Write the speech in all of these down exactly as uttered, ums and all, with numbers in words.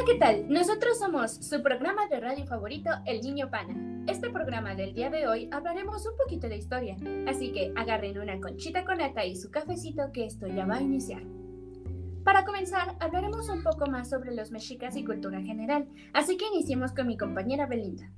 ¿qué tal? Nosotros somos su programa de radio favorito, El Niño Pana. Este programa del día de hoy hablaremos un poquito de historia, así que agarren una conchita con nata y su cafecito que esto ya va a iniciar. Para comenzar, hablaremos un poco más sobre los mexicas y cultura general, así que iniciemos con mi compañera Belinda.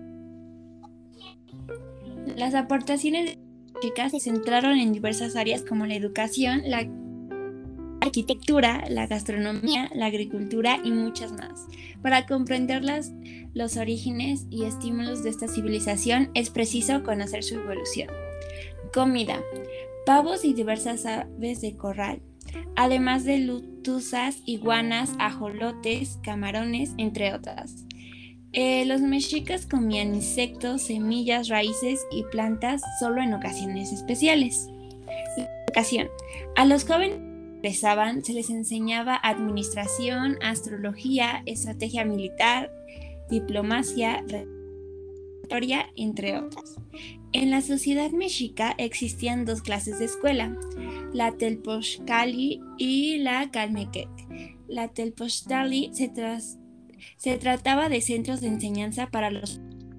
Las aportaciones de los mexicas se centraron en diversas áreas como la educación, la arquitectura, la gastronomía, la agricultura y muchas más. Para comprender las, los orígenes y estímulos de esta civilización es preciso conocer su evolución. Comida: pavos y diversas aves de corral, además de lutuzas, iguanas, ajolotes, camarones, entre otras. Eh, los mexicas comían insectos, semillas, raíces y plantas solo en ocasiones especiales. Educación: a los jóvenes que egresaban se les enseñaba administración, astrología, estrategia militar, diplomacia, historia, entre otras. En la sociedad mexica existían dos clases de escuela, la Telpochtali y la Calmequec. La Telpochtali se, tras, se trataba de centros de enseñanza para los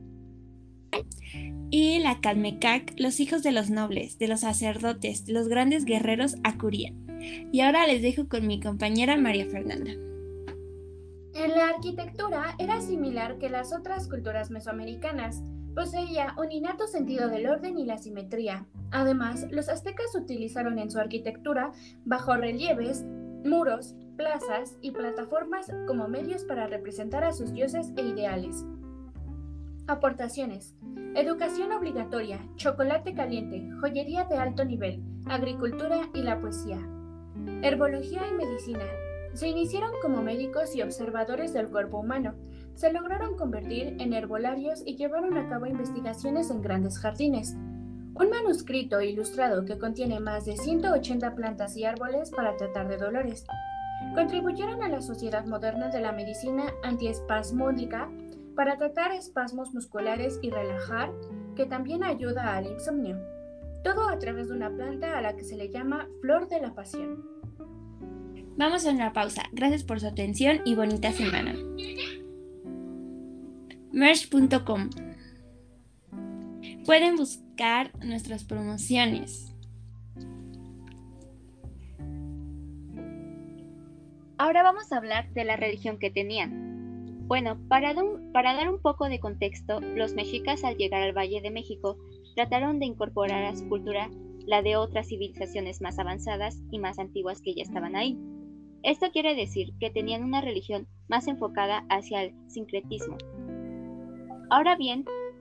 y la Calmecac, los hijos de los nobles, de los sacerdotes, de los grandes guerreros acudían. Y ahora les dejo con mi compañera María Fernanda. En la arquitectura era similar que las otras culturas mesoamericanas. Poseía un innato sentido del orden y la simetría. Además, los aztecas utilizaron en su arquitectura bajorrelieves, muros, plazas y plataformas como medios para representar a sus dioses e ideales. Aportaciones: educación obligatoria, chocolate caliente, joyería de alto nivel, agricultura y la poesía. Herbología y medicina. Se iniciaron como médicos y observadores del cuerpo humano. Se lograron convertir en herbolarios y llevaron a cabo investigaciones en grandes jardines. Un manuscrito ilustrado que contiene más de ciento ochenta plantas y árboles para tratar de dolores. Contribuyeron a la sociedad moderna de la medicina antiespasmódica para tratar espasmos musculares y relajar, que también ayuda al insomnio. Todo a través de una planta a la que se le llama flor de la pasión. Vamos a una pausa. Gracias por su atención y bonita semana. Merch punto com. Pueden buscar nuestras promociones. Ahora vamos a hablar de la religión que tenían. Bueno, para, un, para dar un poco de contexto, los mexicas al llegar al Valle de México trataron de incorporar a su cultura la de otras civilizaciones más avanzadas y más antiguas que ya estaban ahí. Esto quiere decir que tenían una religión más enfocada hacia el sincretismo. Ahora bien,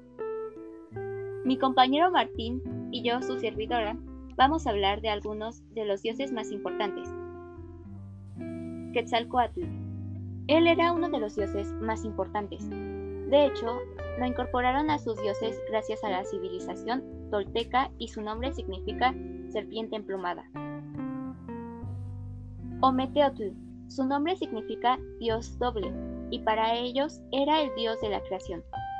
mi compañero Martín y yo, su servidora, vamos a hablar de algunos de los dioses más importantes. Quetzalcóatl. Él era uno de los dioses más importantes. De hecho, lo incorporaron a sus dioses gracias a la civilización tolteca y su nombre significa serpiente emplumada. Ometeotl. Su nombre significa dios doble y para ellos era el dios de la creación.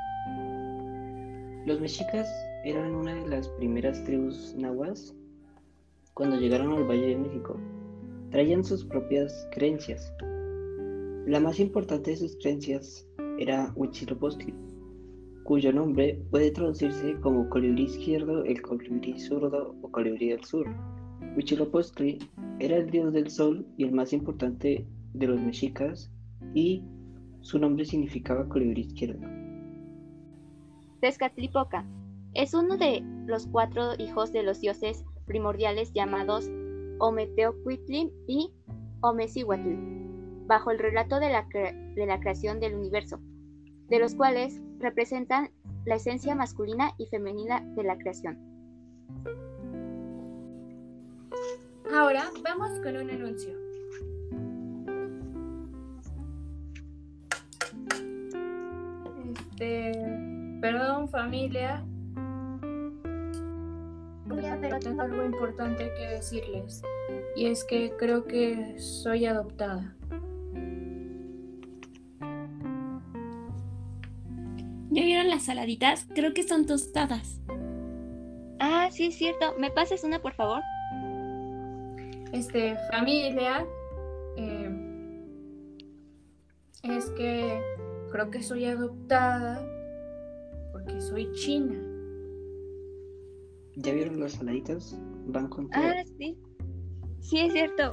Los mexicas eran una de las primeras tribus nahuas cuando llegaron al Valle de México. Traían sus propias creencias. La más importante de sus creencias era Huitzilopochtli, cuyo nombre puede traducirse como colibrí izquierdo, el colibrí zurdo o colibrí del sur. Huitzilopochtli era el dios del sol y el más importante de los mexicas, y su nombre significaba colibrí izquierdo. Tezcatlipoca es uno de los cuatro hijos de los dioses primordiales llamados Ometeocuhtli y Omecihuatl, bajo el relato de la, cre- de la creación del universo, de los cuales representan la esencia masculina y femenina de la creación. Ahora vamos con un anuncio. Este, perdón familia, pero tengo algo importante que decirles, y es que creo que soy adoptada. ¿Ya vieron las saladitas? Creo que son tostadas. Ah, sí, es cierto. ¿Me pasas una, por favor? Este, familia, eh, es creo que soy adoptada porque soy china. ¿Ya vieron los saladitos? Van con todo. Ah, sí. Sí, es cierto.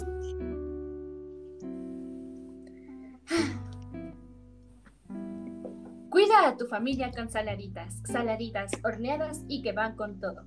Cuida a tu familia con saladitas, saladitas horneadas y que van con todo.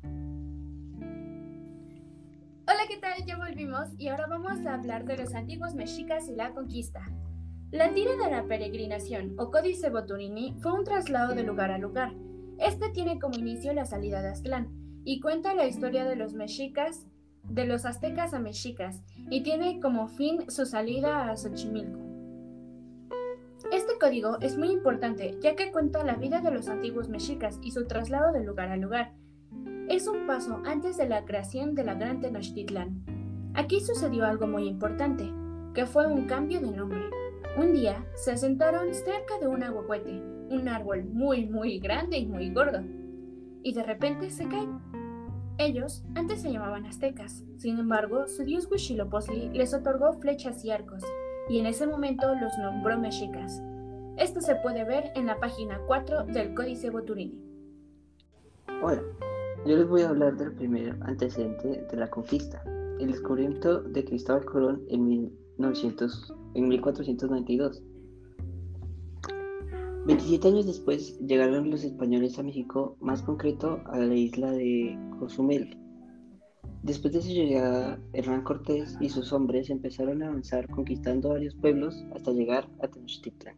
Hola, ¿qué tal? Ya volvimos y ahora vamos a hablar de los antiguos mexicas y la conquista. La tira de la peregrinación o Códice Boturini fue un traslado de lugar a lugar. Este tiene como inicio la salida de Aztlán y cuenta la historia de los mexicas, de los aztecas a mexicas, y tiene como fin su salida a Xochimilco. Este código es muy importante ya que cuenta la vida de los antiguos mexicas y su traslado de lugar a lugar. Es un paso antes de la creación de la Gran Tenochtitlán. Aquí sucedió algo muy importante, que fue un cambio de nombre. Un día se asentaron cerca de un ahuehuete, un árbol muy muy grande y muy gordo, y de repente se caen. Ellos antes se llamaban aztecas, sin embargo su dios Huitzilopochtli les otorgó flechas y arcos, y en ese momento los nombró mexicas. Esto se puede ver en la página cuatro del Códice Boturini. Hola, yo les voy a hablar del primer antecedente de la conquista, el descubrimiento de Cristóbal Colón en, mil novecientos, en mil cuatrocientos noventa y dos. veintisiete años después llegaron los españoles a México, más concreto a la isla de Cozumel. Después de su llegada, Hernán Cortés y sus hombres empezaron a avanzar conquistando varios pueblos hasta llegar a Tenochtitlán.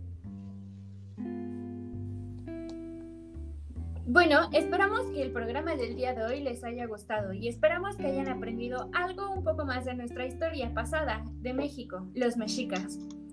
Bueno, esperamos que el programa del día de hoy les haya gustado y esperamos que hayan aprendido algo un poco más de nuestra historia pasada de México, los mexicas.